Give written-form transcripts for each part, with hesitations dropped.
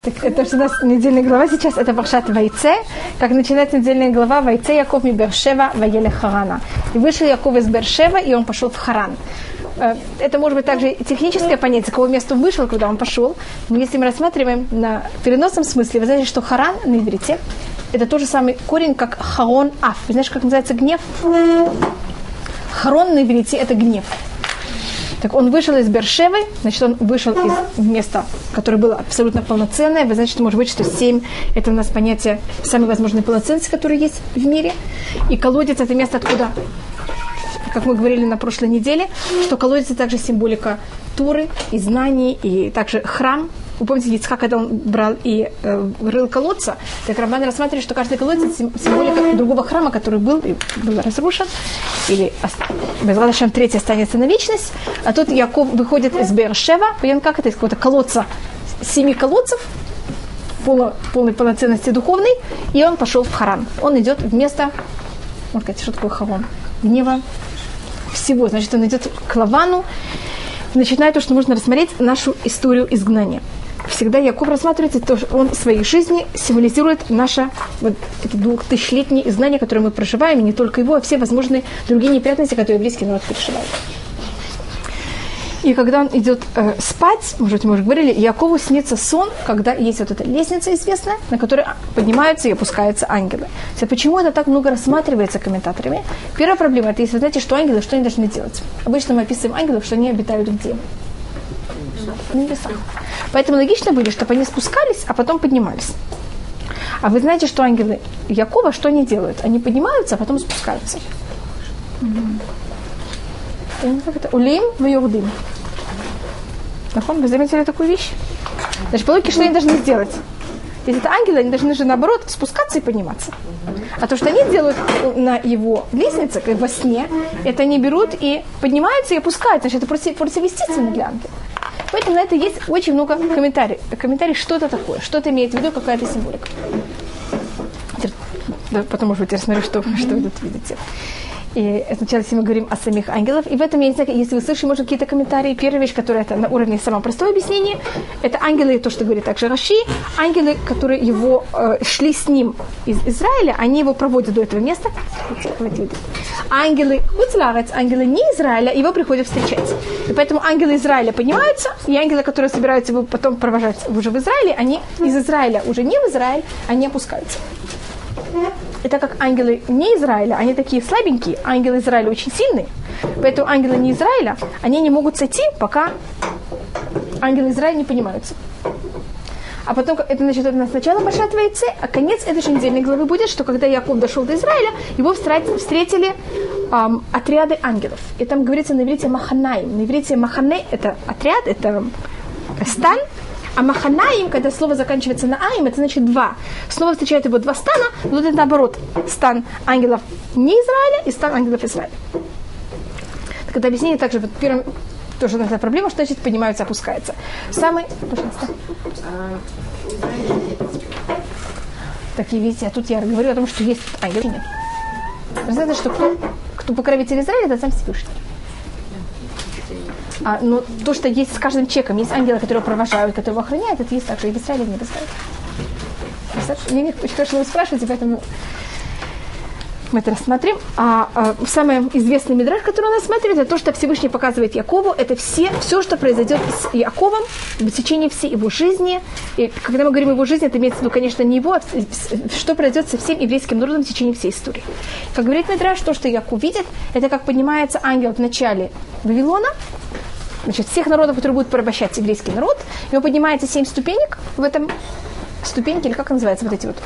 Так, это что у нас недельная глава сейчас, это Паршат Вайце. Как начинается недельная глава Вайце Яков ми Бершева ваеле Харана. И вышел Яков из Бершева, и он пошел в Харан. Это может быть также техническое понятие, с какого места он вышел, когда он пошел. Но если мы рассматриваем на переносном смысле, вы знаете, что Харан на иврите это тот же самый корень, как Харон Аф. Вы знаете, как называется гнев? Харон на иврите это гнев. Так он вышел из Бершевы, значит, он вышел из места, которое было абсолютно полноценное. Вы знаете, что может быть, что 7 – это у нас понятие самой возможной полноценности, которая есть в мире. И колодец – это место, откуда, как мы говорили на прошлой неделе, что колодец – это также символика Торы и знаний, и также храм. Вы помните, Ицхак, когда он брал и рыл колодца, так Рамбан рассматривает, что каждый колодец – символика другого храма, который был и был разрушен, или Безрат Ашем третий останется на вечность, а тут Яков выходит из Бершева, понятно, как это, из какого-то колодца, 7 колодцев, полной полноценности духовной, и он пошел в Харан. Он идет в место, можно сказать, что такое Харон? Гнева всего. Значит, он идет к Лавану, начинает то, что нужно рассмотреть нашу историю изгнания. Всегда Яков рассматривается, то, что он в своей жизни символизирует наше вот, 2000-летнее изгнание, которое мы проживаем, и не только его, а все возможные другие неприятности, которые еврейский народ переживает. И когда он идет спать, может быть, мы уже говорили, Якову снится сон, когда есть вот эта лестница известная, на которой поднимаются и опускаются ангелы. Почему это так много рассматривается комментаторами? Первая проблема – это если вы знаете, что ангелы, что они должны делать. Обычно мы описываем ангелов, что они обитают где? На небесах. Поэтому логично было, чтобы они спускались, а потом поднимались. А вы знаете, что ангелы Якова, что они делают? Они поднимаются, а потом спускаются. Как это? Улим ваюрдим. Вы заметили такую вещь? Значит, по логике, что они должны сделать? Если это ангелы, они должны же, наоборот, спускаться и подниматься. А то, что они делают на его лестнице, как во сне, это они берут и поднимаются и опускаются. Значит, это противоестественно для ангелов. Поэтому на это есть очень много комментариев. Комментарий, что это такое, что это имеет в виду, какая-то символика. Потом, может быть, я рассмотрю, что вы тут видите. И сначала, если мы говорим о самих ангелах, и в этом, я не знаю, если вы слышали, может, какие-то комментарии, первая вещь, которая это на уровне самого простого объяснения, это ангелы, то, что говорит также Раши, ангелы, которые его шли с ним из Израиля, они его проводят до этого места. Ангелы Хуцларец, ангелы не Израиля, его приходят встречать. И поэтому ангелы Израиля поднимаются, и ангелы, которые собираются его потом провожать уже в Израиле, они из Израиля уже не в Израиль, они опускаются. И так как ангелы не Израиля, они такие слабенькие, ангелы Израиля очень сильные, поэтому ангелы не Израиля, они не могут сойти, пока ангелы Израиля не поднимаются. А потом, это значит, это сначала Паршат Вайце, а конец этой же недельной главы будет, что когда Яков дошел до Израиля, его встретили отряды ангелов. И там говорится на иврите Маханаим. На иврите Махане – это отряд, это стан. А Маханаим, когда слово заканчивается на Аим, это значит два. Снова встречают его два стана, но это наоборот. Стан ангелов не Израиля и стан ангелов Израиля. Так это объяснение также, вот первым, тоже эта проблема, что значит поднимаются, опускаются. Самый, пожалуйста. Такие, видите, а тут я говорю о том, что есть ангелы. Нет. Вы знаете, что кто покровитель Израиля, это сам Всевышний. Но то, что есть с каждым человеком, есть ангелы, которые провожают, которые его охраняют, это есть также и в Израиле, и не в Израиле. Мне очень хорошо, что вы спрашиваете, поэтому мы это рассмотрим. Самый известный мидраш, который он рассматривает, это то, что Всевышний показывает Якову, это все, что произойдет с Яковом в течение всей его жизни. И когда мы говорим его жизни, это имеется в виду, конечно, не его, а что произойдет со всем еврейским народом в течение всей истории. Как говорит мидраш, то, что Яков видит, это как поднимается ангел в начале Вавилона, значит, всех народов, которые будут порабощать еврейский народ, его поднимается 7 ступенек в этом ступеньки, или как называется, вот эти вот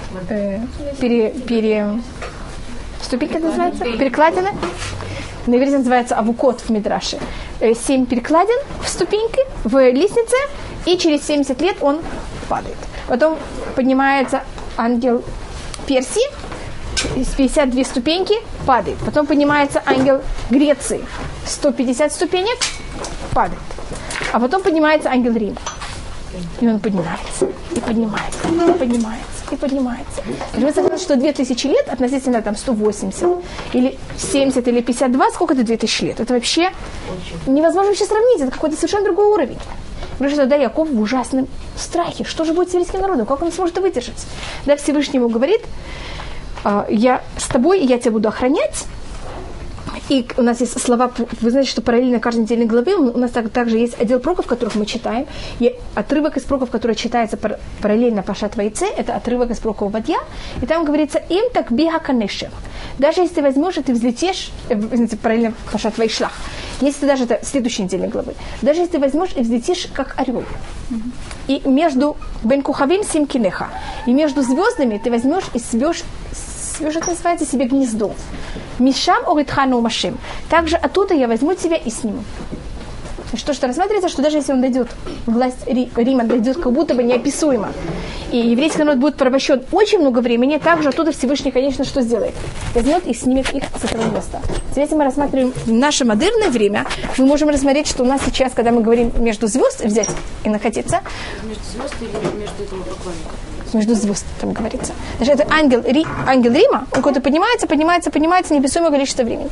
ступеньки это называется, перекладины. На иврите называется авукот в мидраше. 7 перекладин в ступеньке, в лестнице, и через 70 лет он падает. Потом поднимается ангел Персии, из 52 ступеньки падает. Потом поднимается ангел Греции, 150 ступенек, падает. А потом поднимается ангел Рима. И он поднимается, и поднимается, и поднимается, и поднимается. И вы согласны, что 2000 лет относительно там 180, или 70, или 52, сколько это 2000 лет? Это вообще невозможно вообще сравнить, это какой-то совершенно другой уровень. Потому что тогда Яков в ужасном страхе. Что же будет с еврейским народом? Как он сможет выдержать? Да, Всевышний ему говорит, я с тобой, я тебя буду охранять. И у нас есть слова, вы знаете, что параллельно каждой недельной главе у нас также есть отдел пророков, которых мы читаем. И отрывок из пророков, который читается параллельно Пашат Ваице, это отрывок из пророков Вадья. И там говорится, им так бига канешев. Даже если ты возьмешь и ты взлетишь, параллельно Пашат Ваишлах, если ты даже, это следующей недельной главы, даже если ты возьмешь и взлетишь как орел, и между бен кухавим сим кинеха, и между звездами ты возьмешь и свешь, это называется себе гнездо. Мишам оритхану машим. Также оттуда я возьму тебя и сниму. Что рассматривается, что даже если он дойдет, власть Рима дойдет как будто бы неописуемо, и еврейский народ будет порабощен очень много времени, также оттуда Всевышний, конечно, что сделает? Возьмет и снимет их с этого места. Если мы рассматриваем наше модерное время, мы можем рассмотреть, что у нас сейчас, когда мы говорим между звезд, взять и находиться. Между звезд или между этого поклонника? Между звезд, там говорится. Даже это ангел Рима, он куда-то поднимается неописуемое количество времени.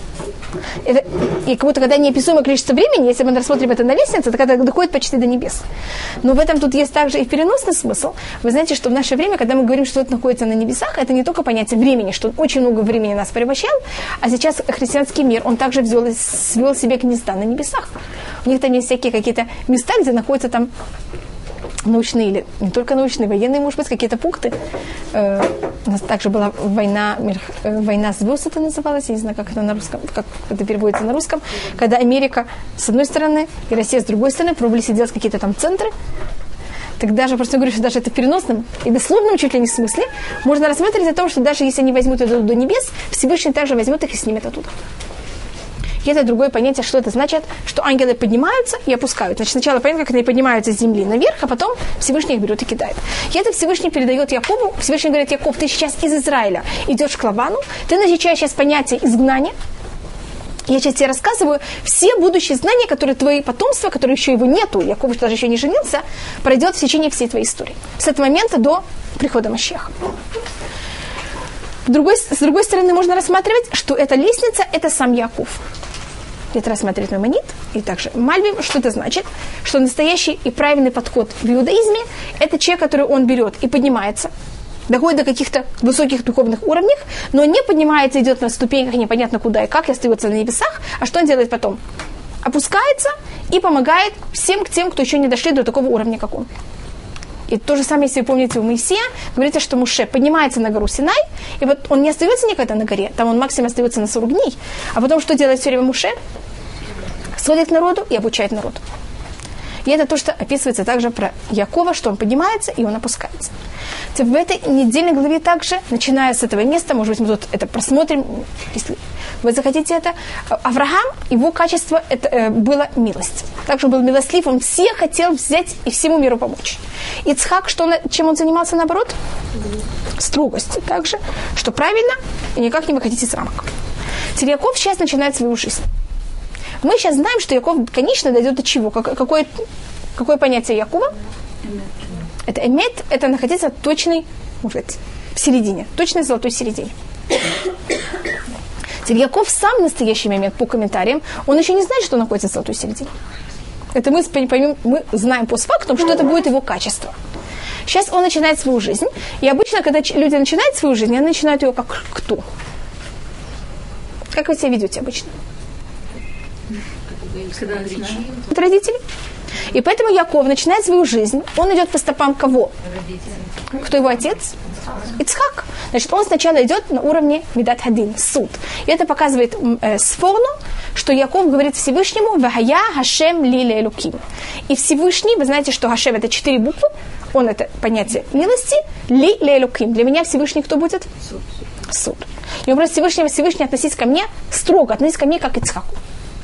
И как будто когда неописуемое количество времени, если мы рассмотрим это на лестнице, то когда доходит почти до небес. Но в этом тут есть также и переносный смысл. Вы знаете, что в наше время, когда мы говорим, что это находится на небесах, это не только понятие времени, что очень много времени нас порабощал, а сейчас христианский мир, он также свел себе гнезда на небесах. У них там есть всякие какие-то места, где находятся там научные или не только научные, военные, может быть, какие-то пункты. У нас также была война звезд, это называлось, я не знаю, как это на русском, как это переводится на русском, когда Америка с одной стороны и Россия с другой стороны пробовали делать какие-то там центры. Так даже, просто говорю, что даже это в переносном и дословном чуть ли не смысле можно рассматривать о том, что даже если они возьмут это до небес, Всевышний также возьмет их и снимет оттуда. И это другое понятие, что это значит, что ангелы поднимаются и опускают. Значит, сначала понятно, как они поднимаются с земли наверх, а потом Всевышний их берет и кидает. И это Всевышний передает Якову. Всевышний говорит: Яков, ты сейчас из Израиля идешь к Лавану, ты начинаешь сейчас понятие изгнания. Я сейчас тебе рассказываю все будущие знания, которые твои потомства, которые еще его нету, Яков даже еще не женился, пройдет в течение всей твоей истории. С этого момента до прихода Машиаха. С другой стороны, можно рассматривать, что эта лестница – это сам Яков. Это рассматривает Маймонид и также Мальбим. Что это значит? Что настоящий и правильный подход в иудаизме – это человек, который он берет и поднимается, доходит до каких-то высоких духовных уровней, но не поднимается, идет на ступеньках непонятно куда и как, и остается на небесах. А что он делает потом? Опускается и помогает всем тем, кто еще не дошли до такого уровня, как он. И то же самое, если вы помните, у Моисея говорится, что Моше поднимается на гору Синай, и вот он не остается никогда на горе, там он максимум остается на 40 дней. А потом что делает все время Моше? Сходит к народу и обучает народ. И это то, что описывается также про Якова, что он поднимается и он опускается. В этой недельной главе также, начиная с этого места, может быть, мы тут это просмотрим, если вы захотите это. Авраам, его качество это была милость. Также он был милостлив, он всех хотел взять и всему миру помочь. Ицхак, чем он занимался наоборот? Строгостью также, что правильно, и никак не выходить из рамок. Теперь Яков сейчас начинает свою жизнь. Мы сейчас знаем, что Яков, конечно, дойдет до чего? Какое понятие Якова? Это эмет, это находиться в точной, может быть, в середине, точной золотой середине. Теперь Яков сам в настоящий момент, по комментариям, он еще не знает, что он находится в золотой середине. Это мы знаем постфактум, что это будет его качество. Сейчас он начинает свою жизнь, и обычно, когда люди начинают свою жизнь, они начинают ее как кто? Как вы себя ведете обычно? От родителей. И поэтому Яков начинает свою жизнь, он идет по стопам кого? Родители. Кто его отец? Ицхак. Значит, он сначала идет на уровне Мидат Хадин, суд. И это показывает Сфорну, что Яков говорит Всевышнему «Вахая Хашем ли леэлуким». И Всевышний, вы знаете, что Хашем это 4 буквы, он это понятие милости, ли леэлуким. Для меня Всевышний кто будет? Суд. И он просит Всевышний относись ко мне строго, относись ко мне как Ицхаку.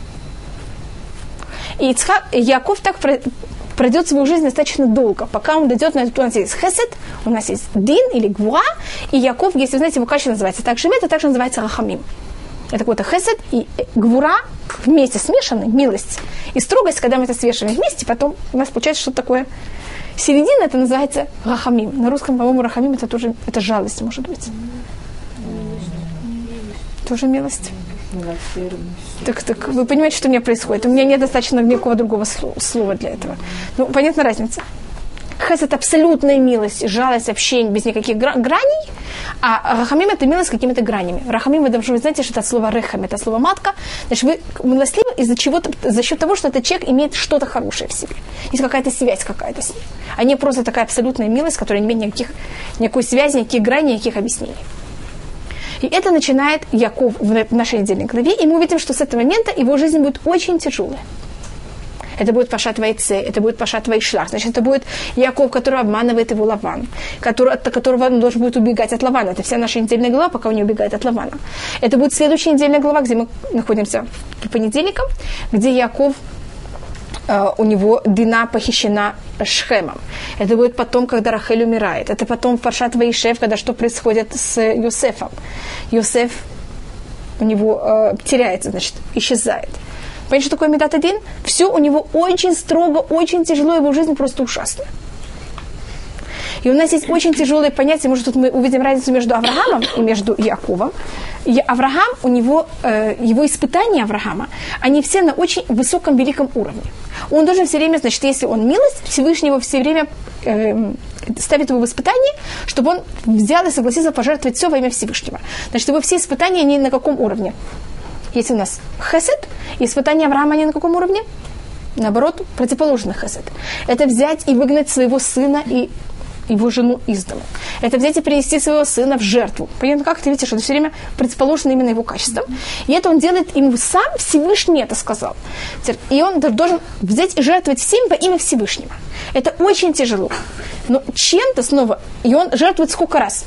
И Яков так пройдет свою жизнь достаточно долго, пока он дойдет на это. У нас есть хесед, у нас есть дин или гвура, и Яков, если вы знаете, его качество называется так же, это также называется рахамим. Это какой-то хесед и гвура вместе смешаны, милость. И строгость, когда мы это смешиваем вместе, потом у нас получается что-то такое. Середина, это называется рахамим. На русском, по-моему, рахамим это тоже это жалость, может быть. Тоже милость. Так, вы понимаете, что у меня происходит? У меня нет достаточно никакого другого слова для этого. Ну, понятна разница? Хесед – абсолютная милость, жалость, общение без никаких граней, а рахамим – это милость с какими-то гранями. Рахамим, вы знаете, что это слово рехам, это слово матка. Значит, вы милостливы из-за чего-то, за счет того, что этот человек имеет что-то хорошее в себе. Есть какая-то связь какая-то с ним. А не просто такая абсолютная милость, которая не имеет никакой связи, никаких граней, никаких объяснений. И это начинает Яков в нашей недельной главе, и мы увидим, что с этого момента его жизнь будет очень тяжелая. Это будет Пашат Вайце, это будет Пашат Вайшлах. Значит, это будет Яков, который обманывает его Лаван, от которого он должен будет убегать от Лавана. Это вся наша недельная глава, пока он не убегает от Лавана. Это будет следующая недельная глава, где мы находимся по понедельникам, где Яков, у него Дина похищена Шхемом. Это будет потом, когда Рахель умирает. Это потом в Пашат Ваишев, когда что происходит с Йосефом. Йосеф у него теряется, значит, исчезает. Понимаете, что такое Медат один? Все у него очень строго, очень тяжело, его жизнь просто ужасна. И у нас есть очень тяжелые понятия, может, тут мы увидим разницу между Авраамом и между Яковом. И Авраам, у него, его испытания Авраама, они все на очень высоком, великом уровне. Он должен все время, значит, если он милость, Всевышнего все время ставит его в испытание, чтобы он взял и согласился пожертвовать все во имя Всевышнего. Значит, его все испытания, они на каком уровне? Если у нас хесед, испытания Авраама, они на каком уровне? Наоборот, противоположный хесед. Это взять и выгнать своего сына и его жену из дома. Это взять и принести своего сына в жертву. Понятно, как ты видишь, что это все время предположено именно его качеством. И это он делает ему сам, Всевышний это сказал. И он должен взять и жертвовать всем во имя Всевышнего. Это очень тяжело. Но чем-то снова, и он жертвует сколько раз?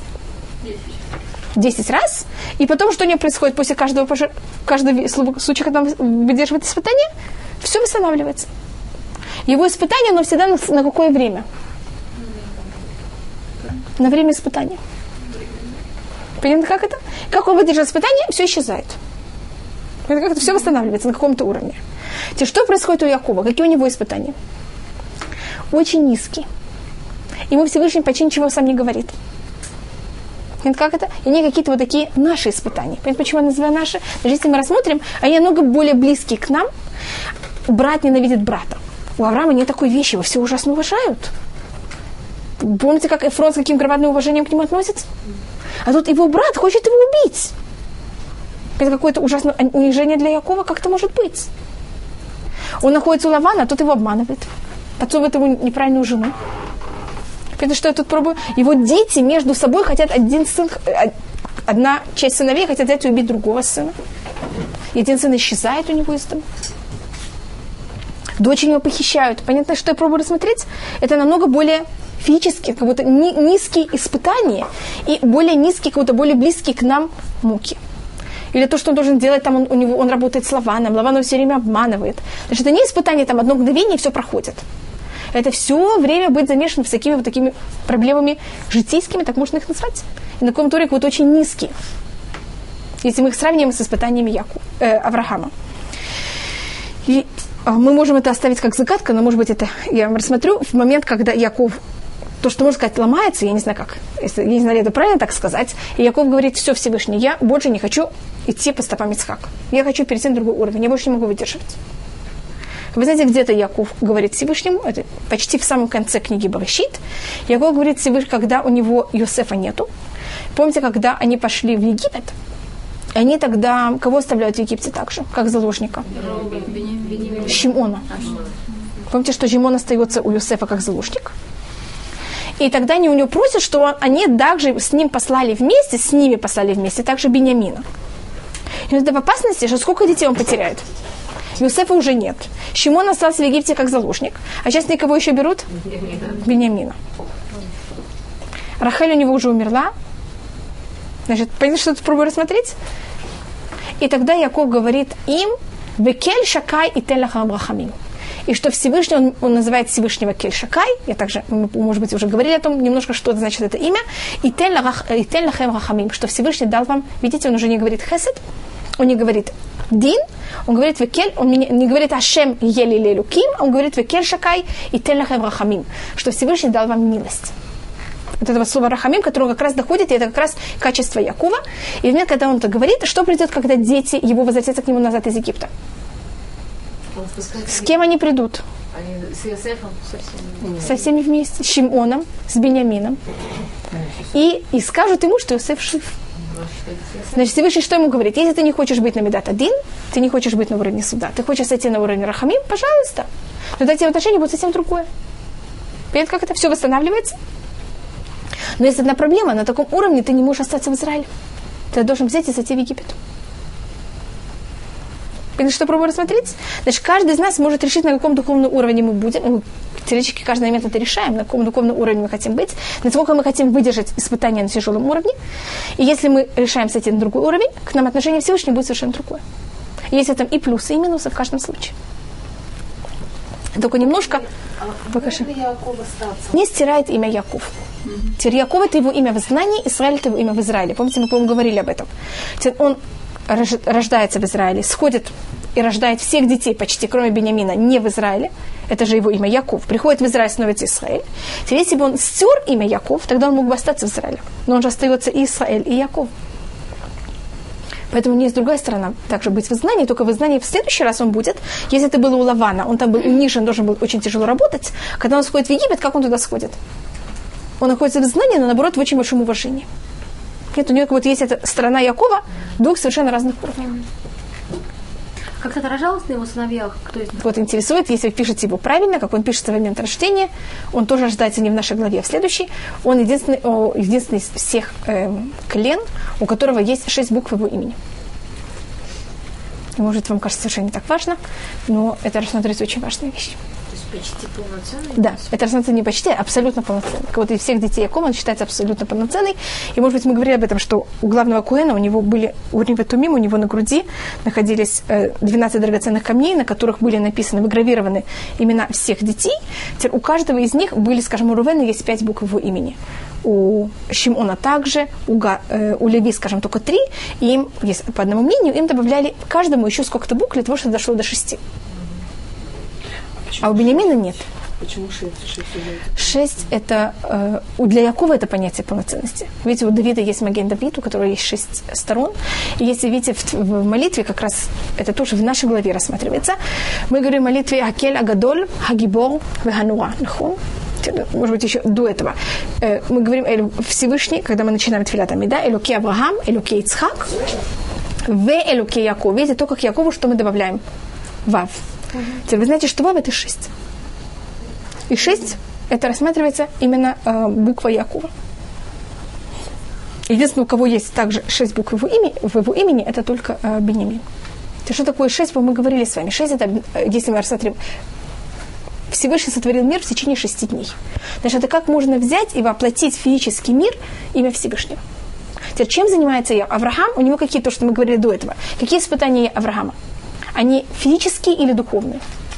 10 раз, и потом, что у него происходит после каждого случая, когда он выдерживает испытание, все восстанавливается. Его испытание, оно всегда на какое время? На время испытания. Понятно, как это? Как он выдерживает испытание, все исчезает. Понятно, как это? Все восстанавливается на каком-то уровне. Теперь, что происходит у Якова? Какие у него испытания? Очень низкие. Ему Всевышний почти ничего сам не говорит. Как это? И они какие-то вот такие наши испытания. Понимаете, почему я называю наши? Даже если мы рассмотрим, они намного более близкие к нам. Брат ненавидит брата. У Авраама нет такой вещи, его все ужасно уважают. Помните, как Эфрон с каким громадным уважением к нему относится? А тут его брат хочет его убить. Это какое-то ужасное унижение для Якова, как это может быть? Он находится у Лавана, а тот его обманывает. Подсовывает ему неправильную жену. Это что я тут пробую? Его дети между собой хотят одна часть сыновей хотят взять и убить другого сына. И один сын исчезает у него из дома. Дочь его похищают. Понятно, что я пробую рассмотреть? Это намного более физические, как будто низкие испытания и более низкие, как будто более близкие к нам муки. Или то, что он должен делать, там он работает с Лаваном. Лаван его все время обманывает. Значит, это не испытание, там одно мгновение, и все проходит. Это все время быть замешан в такими вот такими проблемами житейскими, так можно их назвать. И на каком-то уровне вот очень низкие. Если мы их сравним с испытаниями Авраама. И мы можем это оставить как загадка, но, может быть, это я вам рассмотрю в момент, когда Яков, то, что можно сказать, ломается, я не знаю как, я не знаю, это правильно так сказать, и Яков говорит: все, Всевышний, я больше не хочу идти по стопам Ицхака. Я хочу перейти на другой уровень, я больше не могу выдерживать. Вы знаете, где-то Яков говорит Всевышнему, это почти в самом конце книги Барашит, Яков говорит Всевышнему, когда у него Йосефа нету. Помните, когда они пошли в Египет, они тогда кого оставляют в Египте также, как заложника? Шимона. Помните, что Шимон остается у Йосефа как заложник? И тогда они у него просят, что они также с ними послали вместе, также Биньямина. И он в опасности, что сколько детей он потеряет? Йосефа уже нет. Шимон остался в Египте как заложник. А сейчас никого еще берут? Биньямина. Рахель у него уже умерла. Значит, понятно, что тут пробую рассмотреть? И тогда Яков говорит им: «Векель шакай и телахам рахамим». И что Всевышний, он называет Всевышнего Кель Шакай. Я также, мы, может быть, уже говорили о том немножко, что значит это имя. И тель лахем рахамим, что Всевышний дал вам, видите, он уже не говорит хесед, он не говорит дин, он говорит векель, он не говорит ашем ели лелуким, он говорит векель шакай и тель лахем рахамим, что Всевышний дал вам милость. вот этого слова рахамим, которое как раз доходит, и это как раз качество Якова. И в момент, когда он это говорит, что придет, когда дети его возвратятся к нему назад из Египта? С кем они придут? С Иосифом? Со всеми вместе. С Шимоном, с Беньямином. И скажут ему, что Иосиф жив. Значит, Всевышний что ему говорит? Если ты не хочешь быть на Медат один, ты не хочешь быть на уровне суда, ты хочешь сойти на уровень Рахамим, пожалуйста. Но эти отношения будут совсем другое. Понятно, как это все восстанавливается? Но есть одна проблема. На таком уровне ты не можешь остаться в Израиле. Ты должен взять и сойти в Египет. Понимаете, что пробую рассмотреть? Значит, каждый из нас может решить, на каком духовном уровне мы будем. Мы теоретически каждый момент это решаем, на каком духовном уровне мы хотим быть, насколько мы хотим выдержать испытания на тяжелом уровне. И если мы решаем сойти на другой уровень, к нам отношение Всевышнего будет совершенно другое. Есть там и плюсы, и минусы в каждом случае. Только немножко... Не стирает имя Яков. Теперь Яков — это его имя в изгнании, Израиль — это его имя в Израиле. Помните, мы, по-моему, говорили об этом. Теперь он рождается в Израиле, сходит и рождает всех детей, почти кроме Беньямина, не в Израиле. Это же его имя Яков. Приходит в Израиль, становится Израиль. Теперь, если бы он стер имя Яков, тогда он мог бы остаться в Израиле. Но он же остается и Израиль, и Яков. Поэтому есть другая сторона. Также быть в изгнании, только в изгнании в следующий раз он будет. Если это было у Лавана, он там был унижен, должен был очень тяжело работать. Когда он сходит в Египет, как он туда сходит? Он находится в изгнании, но наоборот в очень большом уважении. Нет, у него как будто есть эта сторона Якова, двух совершенно разных уровней. Как это отражалось на его сыновьях? Кто из них? Вот интересует, если вы пишете его правильно, как он пишется в момент рождения, он тоже рождается не в нашей главе, а в следующей. Он единственный из всех колен, у которого есть 6 букв его имени. Может, вам кажется совершенно не так важно, но это рассматривается очень важная вещь. Почти полноценный? Да, это рассматривается не почти, а абсолютно полноценный. Вот из всех детей Якова он считается абсолютно полноценный. И, может быть, мы говорили об этом, что у главного Коэна, у него Тумим, у него на груди находились 12 драгоценных камней, на которых были написаны, выгравированы имена всех детей. Теперь у каждого из них были, скажем, у Рувена есть 5 букв его имени. У Шимона также, у Леви, скажем, только 3. И им, по одному мнению, им добавляли каждому еще сколько-то букв для того, чтобы дошло до 6. А у Беньямина нет. Почему 6? 6 это для Якова это понятие полноценности. Видите, у Давида есть Маген Давид, у которого есть 6 сторон. И если видите в молитве, как раз это тоже в нашей главе рассматривается, мы говорим в молитве Хакель Агадоль, Хагибор, Веханура. Может быть, еще до этого. Мы говорим Всевышний, когда мы начинаем тфилат амида, Элокей Авраам, Элокей Ицхак, Элокей Яков. Видите, только к Якову что мы добавляем? Вав. Теперь вы знаете, что Вав это 6. И 6 это рассматривается именно буква Якова. Единственное, у кого есть также 6 букв в его имени, это только Беньямин. Что такое 6? Мы говорили с вами. 6 это, если мы рассмотрим, Всевышний сотворил мир в течение 6 дней. Значит, это как можно взять и воплотить в физический мир имя Всевышнего. Теперь, чем занимается Авраам? У него какие, то, что мы говорили до этого, какие испытания Авраама? Они физические или духовные?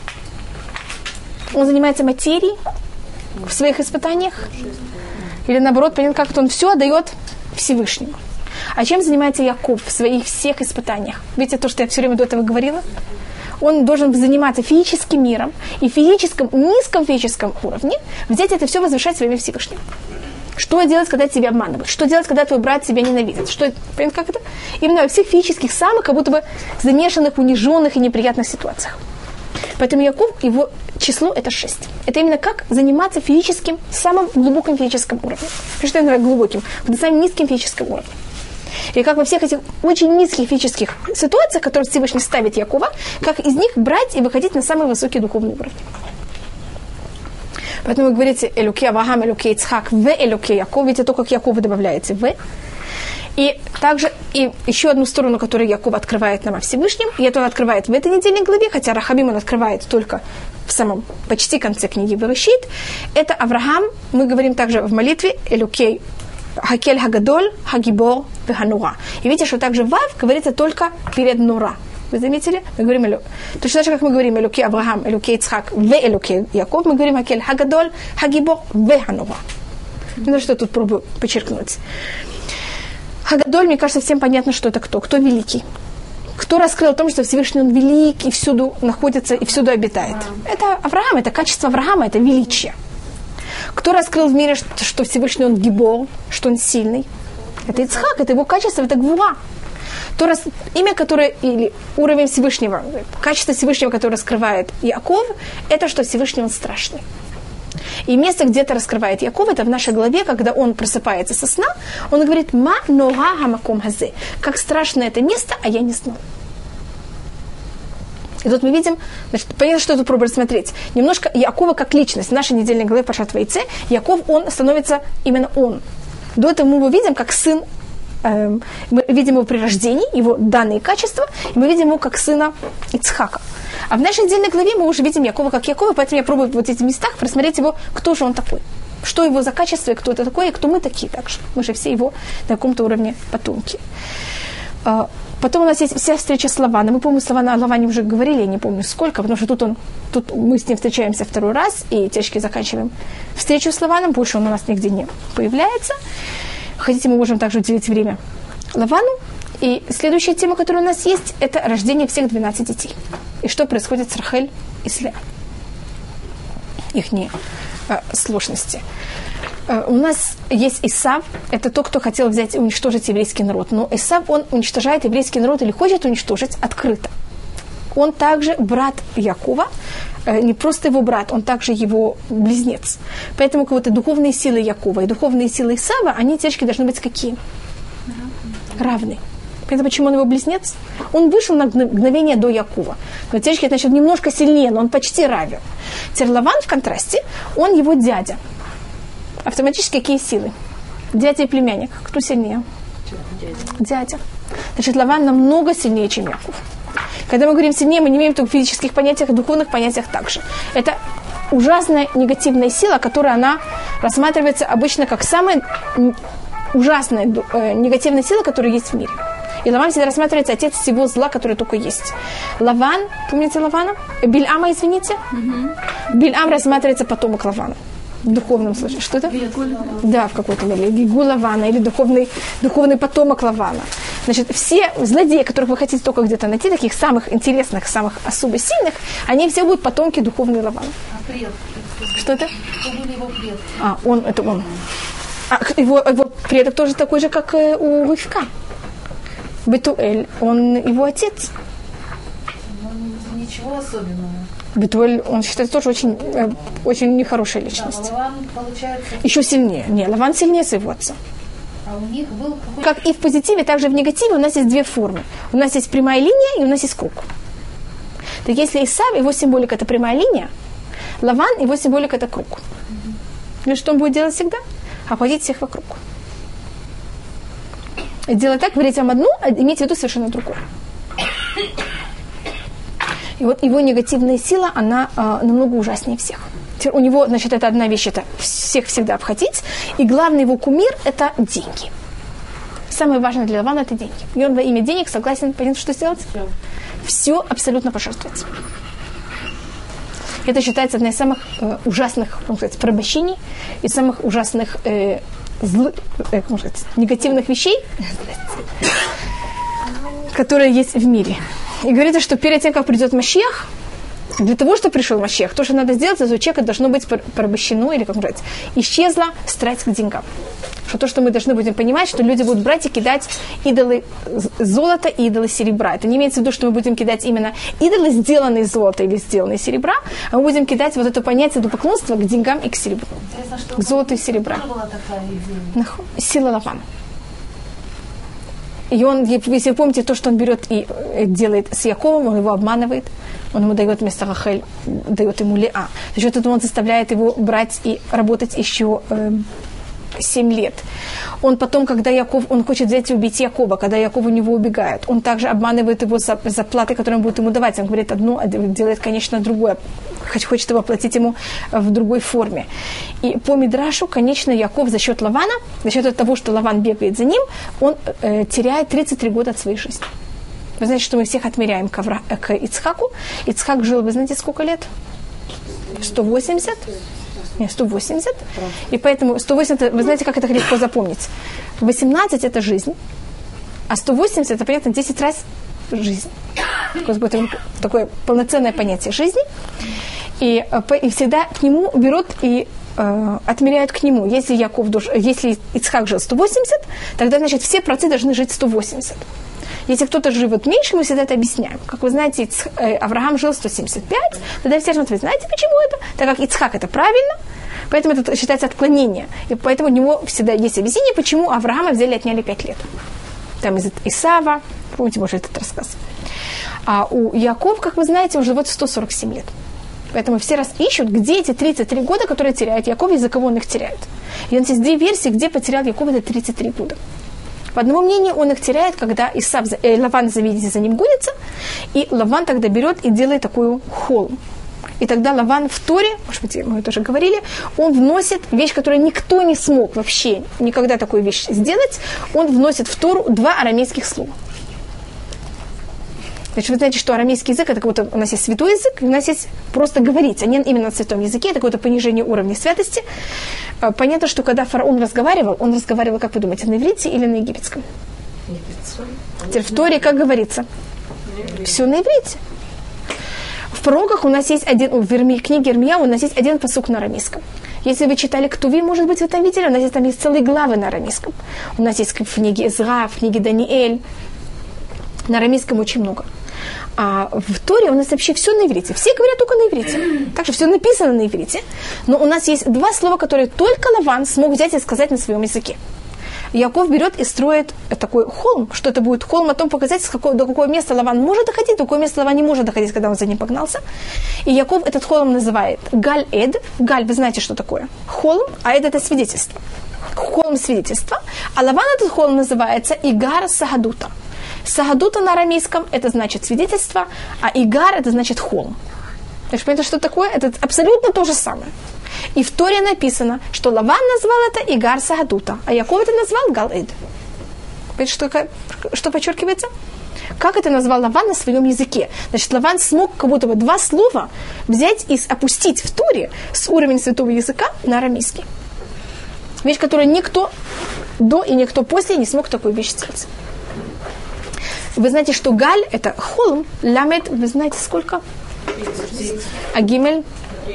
Он занимается материей в своих испытаниях? Или наоборот, понятно, как он все отдает Всевышнему? А чем занимается Яков в своих всех испытаниях? Видите, то, что я все время до этого говорила? Он должен заниматься физическим миром и низком физическом уровне взять это все, возвышать своими Всевышним. Что делать, когда тебя обманывают? Что делать, когда твой брат тебя ненавидит? Понятно, как это? Именно во всех физических, самых, как будто бы замешанных, униженных и неприятных ситуациях. Поэтому Яков, его число это 6. Это именно как заниматься физическим, самым глубоким физическим уровнем. Что я называю глубоким? В самым низким физическим уровнем. И как во всех этих очень низких физических ситуациях, которые Всевышний ставит Якова, как из них брать и выходить на самый высокий духовный уровень. Поэтому вы говорите Элокей Авраам, Элокей Ицхак, В Элокей Яков. Видите, то, как Яков добавляете В. И также и еще одну сторону, которую Яков открывает нам о Всевышнем, и это он открывает в этой недельной главе, хотя Рахамим он открывает только в самом почти конце книги Берешит. Это Авраам, мы говорим также в молитве Элокей Хакель Хагадоль, Хагибор, Веханура. И видите, что также Вав говорится только перед Нура. Вы заметили? Мы говорим, точно так же, как мы говорим Элокей Авраам, Элокей Ицхак, Элокей Яков, мы говорим Хакель Хагадоль, Хагибор, Веханура. Ну, что я тут пробую подчеркнуть. Хагадоль, мне кажется, всем понятно, что это кто. Кто великий. Кто раскрыл о том, что Всевышний он велик и всюду находится, и всюду обитает. Это Авраам, это качество Авраама, это величие. Кто раскрыл в мире, что Всевышний он гибор, что он сильный? Это Ицхак, это его качество, это гвуа. То имя, которое, или уровень Всевышнего, качество Всевышнего, которое раскрывает Яков, это что Всевышний он страшный. И место, где это раскрывает Яков, это в нашей голове, когда он просыпается со сна, он говорит, ма нора хамаком хазе. Как страшно это место, а я не знал. И тут мы видим, значит, понятно, что тут пробуем рассмотреть. Немножко Якова как личность. В нашей недельной главе Паршат Ваице Яков, он становится именно он. До этого мы его видим как сын, мы видим его при рождении, его данные качества, и мы видим его как сына Ицхака. А в нашей недельной главе мы уже видим Якова как Якова, поэтому я пробую в вот этих местах просмотреть его, кто же он такой. Что его за качество, и кто это такой, и кто мы такие также. Мы же все его на каком-то уровне потомки. Потом у нас есть вся встреча с Лаваном. Мы, помню, о Лаване уже говорили, я не помню сколько, потому что тут мы с ним встречаемся второй раз, и течки заканчиваем встречу с Лаваном, больше он у нас нигде не появляется. Хотите, мы можем также уделить время Лавану. И следующая тема, которая у нас есть, это рождение всех 12 детей. И что происходит с Рахель и с Леа. Их сложности. У нас есть Исав, это тот, кто хотел взять и уничтожить еврейский народ. Но Исав, он уничтожает еврейский народ или хочет уничтожить открыто. Он также брат Якова, не просто его брат, он также его близнец. Поэтому вот духовные силы Якова и духовные силы Исава, они, течки, должны быть какие? Равны. Поэтому почему он его близнец? Он вышел на мгновение до Якова. Но течки, значит, немножко сильнее, но он почти равен. Теперь Лаван, в контрасте, он его дядя. Автоматически какие силы? Дядя и племянник. Кто сильнее? Дядя. Значит, Лаван намного сильнее, чем Яков. Когда мы говорим сильнее, мы не имеем только в физических понятиях, в духовных понятиях также. Это ужасная негативная сила, которая она рассматривается обычно как самая ужасная негативная сила, которая есть в мире. И Лаван всегда рассматривается отец всего зла, который только есть. Лаван, помните Лавана? Бильама, извините? Бильам рассматривается потомок Лавана. В духовном смысле. Что это? Да, в какой-то мере. Гигу Лавана или духовный потомок Лавана. Значит, все злодеи, которых вы хотите только где-то найти, таких самых интересных, самых особо сильных, они все будут потомки духовной Лавана. А предки? Что это? Кто были его предки? Это он. Его предок тоже такой же, как у Ривка. Бетуэль, он его отец. Ничего особенного. Бетуэль, он считается тоже очень нехорошая личность. Да, Лаван, получается... Еще сильнее. Не, Лаван сильнее своего отца. А у них был какой-то... Как и в позитиве, так же в негативе у нас есть две формы. У нас есть прямая линия и у нас есть круг. Так если Исав, его символика – это прямая линия, Лаван, его символика – это круг. И что он будет делать всегда? Обходить всех вокруг. И делать так, говорить вам одну, а иметь в виду совершенно другое. И вот его негативная сила, она намного ужаснее всех. У него, значит, это одна вещь, это всех всегда обходить. И главный его кумир – это деньги. Самое важное для Лавана – это деньги. И он во имя денег согласен, понятно, что сделать? Все абсолютно пожертвовать. Это считается одной из самых ужасных, можно сказать, порабощений и самых ужасных негативных вещей, которые есть в мире. И говорится, что перед тем, как придет Машиах, для того, чтобы пришел Машиах, то, что надо сделать, из человека должно быть порабощено, или, как сказать, исчезла страсть к деньгам. Что то, что мы должны будем понимать, что люди будут брать и кидать идолы золота и идолы серебра. Это не имеется в виду, что мы будем кидать именно идолы, сделанные из золота или сделанные из серебра, а мы будем кидать вот это понятие идолопоклонства к деньгам и к серебру. К золоту и серебра. Сила Лавана. И он, если вы помните, то, что он берет и делает с Яковом, он его обманывает, он ему дает вместо Рахель, дает ему Леа. За счет этого он заставляет его брать и работать еще 7 лет. Он потом, когда Яков, он хочет взять и убить Якова, когда Яков у него убегает, он также обманывает его за платы, которые он будет ему давать. Он говорит одно, а делает, конечно, другое. Хочет его оплатить ему в другой форме. И по Мидрашу, конечно, Яков за счет Лавана, за счет того, что Лаван бегает за ним, он теряет 33 года от своей жизни. Вы знаете, что мы всех отмеряем к Ицхаку. Ицхак жил, вы знаете, сколько лет? 180? Нет, 180. И поэтому 180, вы знаете, как это легко запомнить. 18 – это жизнь, а 180 – это, понятно, 10 раз жизнь. Такое полноценное понятие жизни. И всегда к нему берут и отмеряют к нему. Если Ицхак жил 180, тогда, значит, все праотцы должны жить 180. Если кто-то живет меньше, мы всегда это объясняем. Как вы знаете, Авраам жил 175, тогда все говорят, вы знаете, почему это? Так как Ицхак это правильно, поэтому это считается отклонение. И поэтому у него всегда есть объяснение, почему Авраама взяли и отняли 5 лет. Там из Исава, помните, может, этот рассказ. А у Якова, как вы знаете, он живет 147 лет. Поэтому все раз ищут, где эти 33 года, которые теряет Яков, из-за кого он их теряет. И у нас есть 2 версии, где потерял Яков это 33 года. По одному мнению, он их теряет, когда Лаван, видите, за ним гонится, и Лаван тогда берет и делает такую холм. И тогда Лаван в Торе, может быть, мы это уже говорили, он вносит вещь, которую никто не смог вообще никогда такую вещь сделать, он вносит в Тору 2 арамейских слова. Значит, вы знаете, что арамейский язык, это какой-то, у нас есть святой язык, у нас есть просто говорить, а не именно на святом языке, это какое-то понижение уровня святости. Понятно, что когда фараон разговаривал, как вы думаете, на иврите или на египетском? Теперь в Торе, как говорится? Все на иврите. В пророках у нас есть в книге Ирмия у нас есть 1 пасук на арамейском. Если вы читали Ктуви, может быть, вы там видели, у нас там есть целые главы на арамейском. У нас есть в книге Эзра, в книге Даниэль. На арамейском очень много. А в Торе у нас вообще все на иврите. Все говорят только на иврите. Также все написано на иврите. Но у нас есть 2 слова, которые только Лаван смог взять и сказать на своем языке. Яков берет и строит такой холм, что это будет холм, о том показать, до какого места Лаван может доходить, до какого места Лаван не может доходить, когда он за ним погнался. И Яков этот холм называет Галь-Эд. Галь, вы знаете, что такое? Холм, а Эд это свидетельство. Холм свидетельства. А Лаван этот холм называется Игар Сагадута. Сагадута на арамейском это значит свидетельство, а Игар это значит холм. Так что понятно, что такое? Это абсолютно то же самое. И в Торе написано, что Лаван назвал это Игар Сагадута, а Яков это назвал Гал-Эд. Что подчеркивается? Как это назвал Лаван на своем языке? Значит, Лаван смог как будто бы 2 слова взять и опустить в Торе с уровня святого языка на арамейский. Вещь, которую никто до и никто после не смог такую вещь сделать. Вы знаете, что Галь – это холм, ламет, вы знаете, сколько? А Гимель?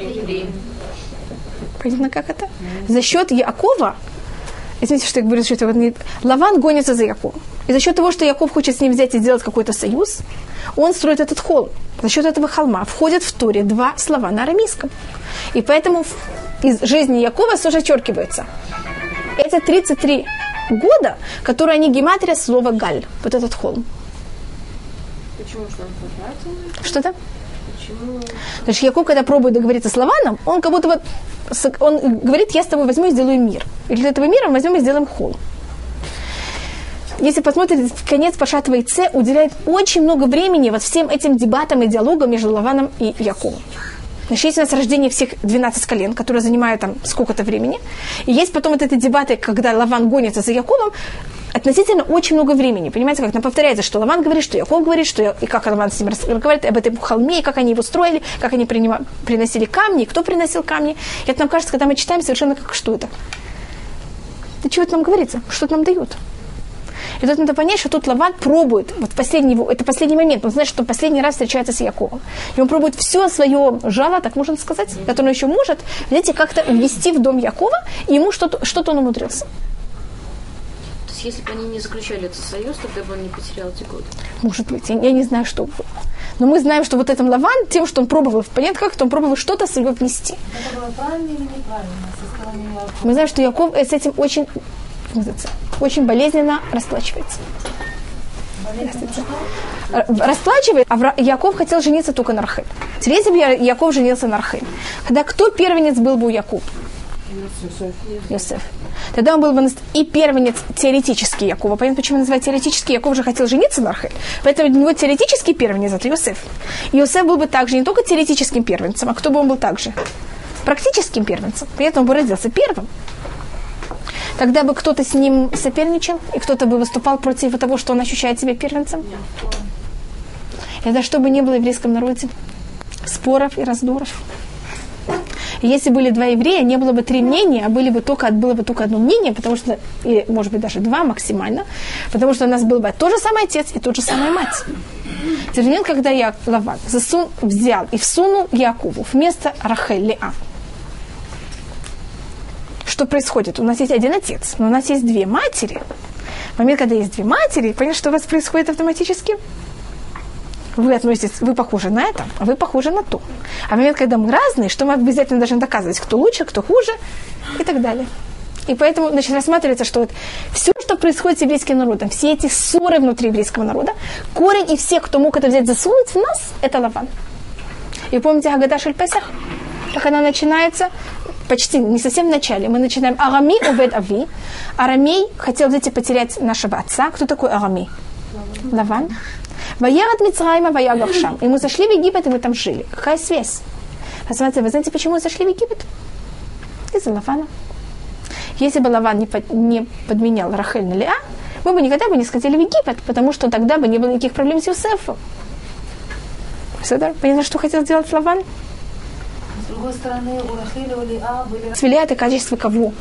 Понятно, как это? За счет Якова, извините, что я говорю, что это Лаван гонится за Яковом. И за счет того, что Яков хочет с ним взять и сделать какой-то союз, он строит этот холм. За счет этого холма входят в Торе 2 слова на арамейском. И поэтому из жизни Якова зачеркивается. Это 33 года, которые они гематрия слова Галь, вот этот холм. Почему же он потратил? Что-то? Почему? Потому что Яков, когда пробует договориться с Лаваном, он как будто он говорит, я с тобой возьму и сделаю мир. И для этого мира мы возьмем и сделаем холм. Если посмотрите, конец Пашат Ваице уделяет очень много времени вот всем этим дебатам и диалогам между Лаваном и Яковом. Значит, есть у нас рождение всех 12 колен, которые занимают там сколько-то времени. И есть потом вот эти дебаты, когда Лаван гонится за Яковом, относительно очень много времени. Понимаете, как нам повторяется, что Лаван говорит, что Яков говорит, и как Лаван с ним разговаривает об этом холме, и как они его строили, как они приносили камни, и кто приносил камни. И это нам кажется, когда мы читаем, совершенно как что это? Да чего это нам говорится? Что это нам дают? И тут надо понять, что тут Лаван пробует, вот это последний момент, он знает, что он последний раз встречается с Яковом. И он пробует все свое жало, так можно сказать, которое он еще может, знаете, как-то ввести в дом Якова, и ему что-то он умудрился. То есть, если бы они не заключали этот союз, тогда бы он не потерял эти годы? Может быть, я не знаю, что было. Но мы знаем, что вот этот Лаван, тем, что он пробовал, понятно, как-то он пробовал что-то свое внести. Это было правильно или неправильно со стороны Якова? Мы знаем, что Яков с этим очень болезненно расплачивается. Расплачивает, а Яков хотел жениться только на Рахель. Теперь, если бы Яков женился на Рахель, тогда кто первенец был бы у Якова? Йосеф. Тогда он был и первенец теоретически Якова. Понятно, почему называют теоретически? Яков же хотел жениться на Рахель. Поэтому для него теоретический первенец – это Йосеф. И Йосеф был бы также не только теоретическим первенцем, а кто бы он был также? Практическим первенцем. Поэтому он бы родился первым. Тогда бы кто-то с ним соперничал, и кто-то бы выступал против того, что он ощущает себя первенцем. Это чтобы не было в еврейском народе споров и раздоров. И если были 2 еврея, не было бы 3 мнения, а было бы только одно мнение, потому что, или, может быть, даже 2 максимально, потому что у нас был бы тот же самый отец и тот же самая мать. Тем не менее, когда Лаван взял и всунул Якову вместо Рахель Леа что происходит? У нас есть один отец, но у нас есть две матери. В момент, когда есть две матери, понятно, что у вас происходит автоматически? Вы относитесь, вы похожи на это, а вы похожи на то. А в момент, когда мы разные, что мы обязательно должны доказывать, кто лучше, кто хуже и так далее. И поэтому, значит, рассматривается, что вот все, что происходит с еврейским народом, все эти ссоры внутри еврейского народа, корень и все, кто мог это взять, засунуть в нас, это Лаван. И помните Агада Шель Песах? Как она начинается? Почти не совсем в начале. Мы начинаем Арамей увед Ави. Арамей хотел взять и потерять нашего отца. Кто такой Арамей? Лаван. Ваярат Мицраима, ваягав Шам. И мы зашли в Египет, и мы там жили. Какая связь? Посмотрите, вы знаете, почему мы зашли в Египет? Из-за Лавана. Если бы Лаван не подменял Рахель на Леа, мы бы никогда бы не сходили в Египет, потому что тогда бы не было никаких проблем с Йосефом. Понятно, что хотел сделать Лаван? С другой стороны, у Рахеля, у Леа были... Леа – это качество кого?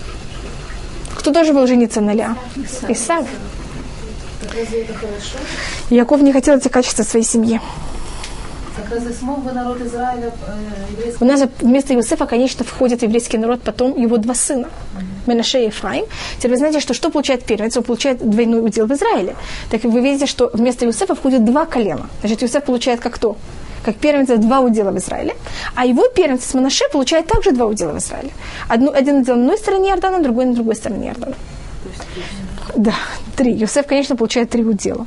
Кто должен был жениться на Леа? Исав. Разве это хорошо? Яков не хотел эти качества в своей семье. Так разве смог бы народ Израиля... У нас вместо Иосифа, конечно, входит еврейский народ, потом его два сына. Менаше и Ефраим. Теперь вы знаете, что получает первенец? Он получает двойной удел в Израиле. Так вы видите, что вместо Иосифа входит два колена. Значит, Иосиф получает как кто? Как первенец два удела в Израиле. А его первенец Менаше получает также два удела в Израиле. Один удел на одной стороне Иордана, другой на другой стороне Иордана. Да, 3. Иосиф, конечно, получает 3 удела.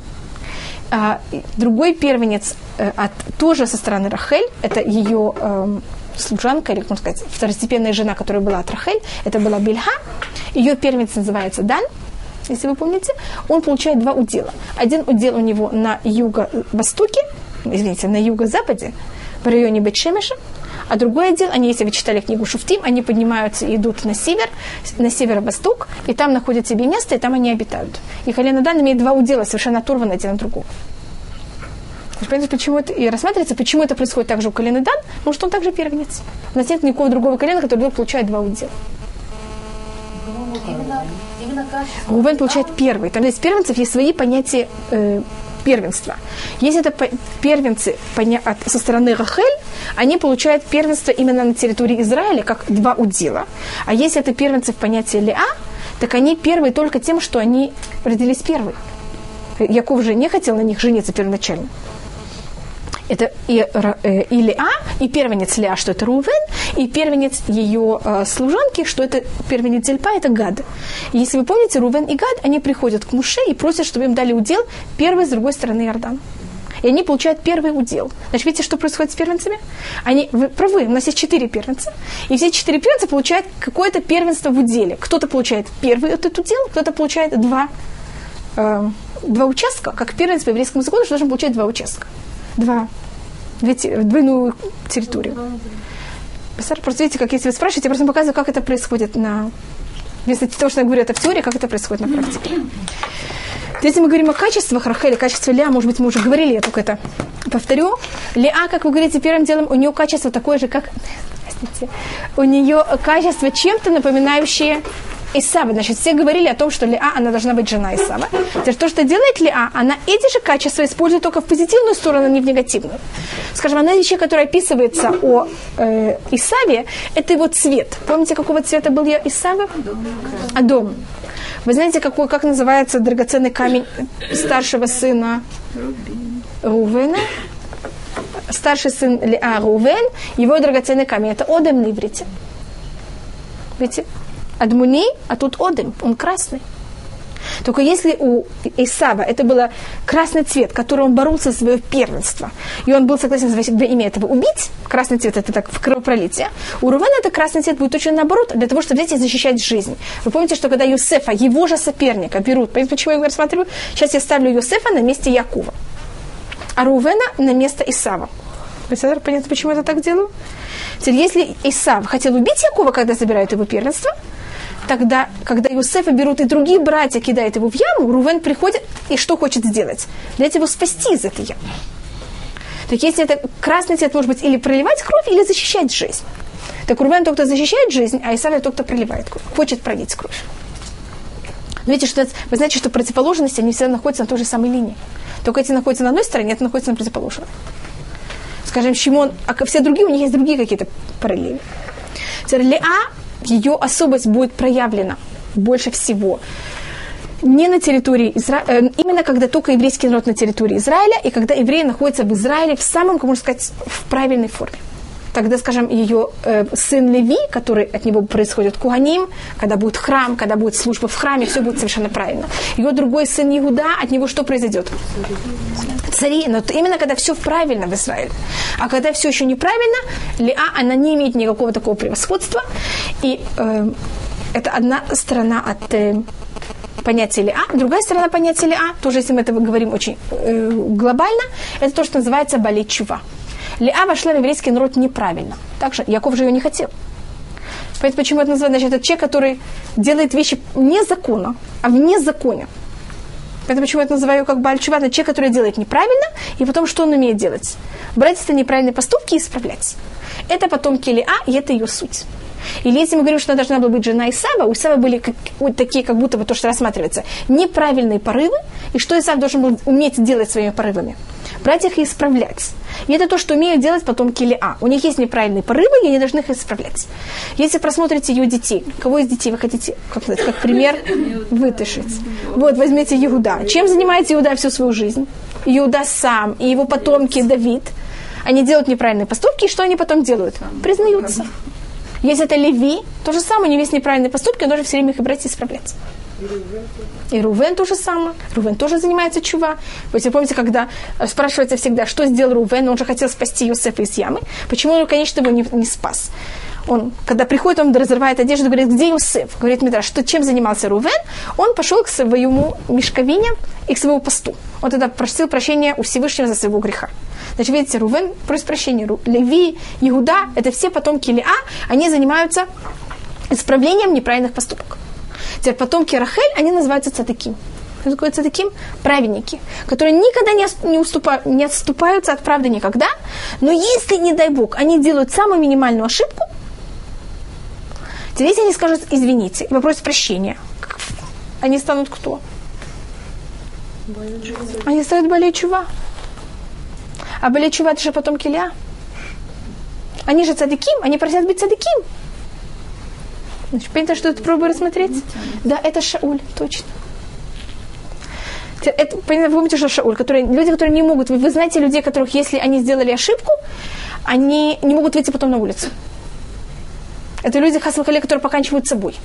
Другой первенец тоже со стороны Рахель, это ее служанка, или, можно сказать, второстепенная жена, которая была от Рахель, это была Бильха. Ее первенец называется Дан, если вы помните. Он получает 2 удела. Один удел у него на юго-востоке, на юго-западе, в районе Бет-Шемеша, а другой отдел, они, если вы читали книгу Шуфтим, они поднимаются и идут на север, на северо-восток, и там находят себе место, и там они обитают. И колено Дан имеет 2 удела, совершенно оторваны один от другого. Понимаете, почему это, и рассматривается, почему это происходит также у колена Дан, потому что он также первенец. У нас нет никакого другого колена, который вдруг получает 2 удела. Именно качество. Рувен получает первый. Там есть первенцев, есть свои понятия первенства. Если это первенцы со стороны Рахель, они получают первенство именно на территории Израиля, как 2 удела. А если это первенцы в понятии Леа, так они первые только тем, что они родились первые. Яков же не хотел на них жениться первоначально. Это и Леа, и первенец Леа, что это Рувен, и первенец ее служанки, что это первенец Зильпа, это Гад. И если вы помните, Рувен и Гад, они приходят к Муше и просят, чтобы им дали удел первый с другой стороны Иордана. И они получают первый удел. Значит, видите, что происходит с первенцами? Вы правы, у нас есть 4 первенца. И все 4 первенца получают какое-то первенство в уделе. Кто-то получает первый этот удел, кто-то получает 2 участка. Как первенец по еврейскому закону, что должен получать 2 участка. Двойную территорию. Просто видите, как если вы спрашиваете, я просто показываю, как это происходит вместо того, что я говорю это в теории, как это происходит на практике. Если мы говорим о качествах Рахели, качестве Леа, может быть, мы уже говорили, я только это повторю. Леа, как вы говорите, первым делом, у нее качество такое же, как... У нее качество чем-то напоминающее Исава. Значит, все говорили о том, что Леа, она должна быть жена Исава. То, что делает Леа, она эти же качества использует только в позитивную сторону, а не в негативную. Скажем, одна вещь, которая описывается о Исаве, это его цвет. Помните, какого цвета был Исава? Адом. Вы знаете, как называется драгоценный камень старшего сына Рувена? Старший сын Леа Рувен, его драгоценный камень. Это Одем на иврите. Видите? Адмуни, а тут Одем, он красный. Только если у Исава это был красный цвет, который он боролся за свое первенство, и он был согласен во имя этого убить, красный цвет это так в кровопролитие, у Рувена это красный цвет будет точно наоборот, для того, чтобы взять и защищать жизнь. Вы помните, что когда Йосефа, его же соперника, берут, понимаете, почему я его рассматриваю? Сейчас я ставлю Йосефа на месте Якова, а Рувена на место Исава. Вы понятно, почему я это так делаю? Теперь, если Исав хотел убить Якова, когда забирают его первенство, тогда, когда Йосефа берут и другие братья кидают его в яму, Рувен приходит и что хочет сделать? Дать его спасти из этой ямы. Так если это красный цвет, может быть, или проливать кровь, или защищать жизнь. Так Рувен только защищает жизнь, а Исав только проливает кровь, хочет пролить кровь. Но видите, что вы знаете, что противоположности, они всегда находятся на той же самой линии. Только эти находятся на одной стороне, это находится на противоположной. Скажем, Шимон, а все другие, у них есть другие какие-то параллели. Леа, ее особость будет проявлена больше всего не на территории Израиля, именно когда только еврейский народ на территории Израиля, и когда евреи находятся в Израиле в самом, как можно сказать, в правильной форме. Тогда, скажем, ее сын Леви, который от него происходит Куаним, когда будет храм, когда будет служба в храме, все будет совершенно правильно. Ее другой сын Иуда, от него что произойдет? Цари. Но именно когда все правильно в Израиле. А когда все еще неправильно, Леа, она не имеет никакого такого превосходства. И это одна сторона от понятия Леа. Другая сторона понятия Леа, тоже если мы это говорим очень глобально, это то, что называется балей чува. Леа вошла в еврейский народ неправильно. Также Яков же ее не хотел. Поэтому почему это называется? Значит, это человек, который делает вещи не законно, а вне закона. Поэтому почему я это называю как баль чува? Это человек, который делает неправильно, и потом что он умеет делать? Брать это неправильные поступки и исправлять. Это потомки Леа, и это ее суть. Или если мы говорим, что она должна была быть жена Исава, у Исава были такие, как будто бы то, что рассматривается, неправильные порывы, и что Исав должен был уметь делать своими порывами? Брать их и исправлять. И это то, что умеют делать потомки Леа. У них есть неправильные порывы, и они должны их исправлять. Если просмотрите ее детей, кого из детей вы хотите, как пример, вытащить? Вот, возьмите Иуда. Чем занимается Иуда всю свою жизнь? Иуда сам и его потомки Давид. Они делают неправильные поступки, и что они потом делают? Признаются. Если это Леви, то же самое, у него есть неправильные поступки, он должен все время их брать и исправлять. И Рувен то же самое. Рувен тоже занимается чува. Вы помните, когда спрашивается всегда, что сделал Рувен, он же хотел спасти Йосефа из ямы. Почему он, конечно, его не спас? Он, когда приходит, он разрывает одежду, говорит, где Йосеф? Говорит Мидраш, чем занимался Рувен? Он пошел к своему мешковине и к своему посту. Он тогда просил прощения у Всевышнего за своего греха. Значит, видите, Рувен просит прощения. Леви, Иуда, это все потомки Леа, они занимаются исправлением неправильных поступков. Теперь потомки Рахель, они называются цадыким. Что такое цадыким? Праведники, которые никогда не отступаются от правды никогда, но если, не дай Бог, они делают самую минимальную ошибку, теперь если они скажут извините и попросят прощения, они станут кто? Они станут балей чува. А балей чува это же потомки Леа. Они же цадыким, они просят быть цадыким. Значит, понятно, что это пробую рассмотреть? Да, это Шауль, точно. Это, понятно, вы помните, что Шауль, люди, которые не могут... Вы знаете людей, которых, если они сделали ошибку, они не могут выйти потом на улицу. Это люди, хас-вахале, которые поканчивают собой.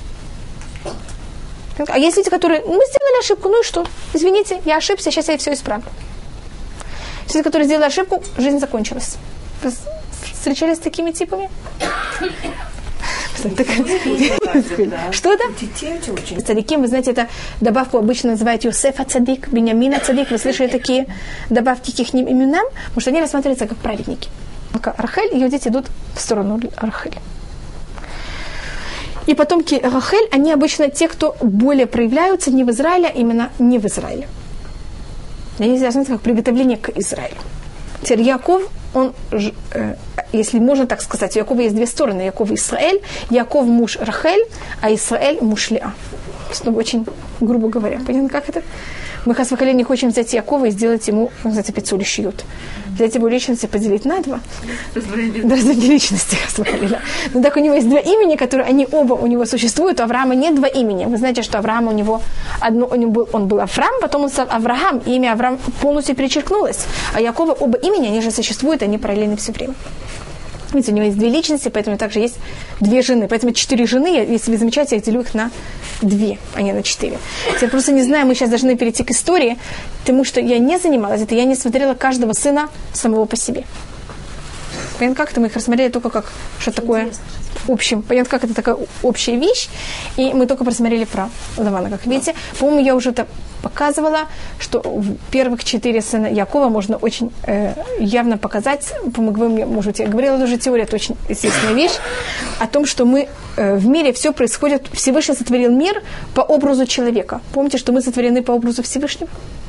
А есть люди, которые... Мы сделали ошибку, ну и что? Извините, я ошибся, сейчас я все исправлю. Люди, которые сделали ошибку, жизнь закончилась. Вы встречались с такими типами? Что это? Цадиким, вы знаете, это добавку обычно называют Йосефа цадик, Биньямина цадик. Вы слышали такие добавки к их именам? Потому что они рассматриваются как праведники. Рахель, ее дети идут в сторону Рахель. И потомки Рахель, они обычно те, кто более проявляются не в Израиле, а именно не в Израиле. Они связаны как приготовление к Израилю. Теперь Яков, он, если можно так сказать, у Якова есть две стороны. Яков и Исраэль. Яков муж Рахель, а Исраэль муж Леа. Очень грубо говоря. Понятно, как это? Мы, хас-вахале, не хотим взять Якова и сделать ему, как называется, пиццу щиют. Взять его личности, поделить на два. Разделить личности, хас-вахале. Но так у него есть два имени, которые, они оба у него существуют. У Авраама нет два имени. Вы знаете, что Авраам у него, он был Авраам, потом он стал Авраам, и имя Авраам полностью перечеркнулось. А Якова оба имени, они же существуют, они параллельны все время. Видите, у него есть две личности, поэтому также есть две жены. Поэтому 4 жены, если вы замечаете, я делю их на 2, а не на 4. Я просто не знаю, мы сейчас должны перейти к истории, потому что я не занималась это, я не смотрела каждого сына самого по себе. Понятно, как это? Мы их рассмотрели только как что такое общем. Понятно, как это такая общая вещь. И мы только просмотрели про Лавана, как видите. По-моему, я уже это показывала, что в первых 4 сына Якова можно очень явно показать, может, я говорила уже теория, это очень естественная вещь, о том, что мы в мире все происходит, Всевышний сотворил мир по образу человека. Помните, что мы сотворены по образу Всевышнего?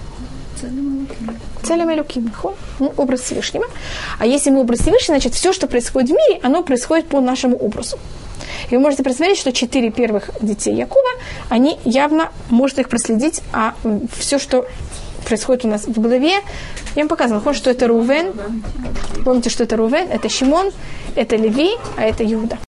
Целым элюким, образ Всевышнего. А если мы образ Всевышнего, значит, все, что происходит в мире, оно происходит по нашему образу. И вы можете просмотреть, что 4 первых детей Якова, они явно, можно их проследить, а все, что происходит у нас в голове, я вам показывала, что это Рувен, помните, что это Рувен, это Шимон, это Леви, а это Иуда.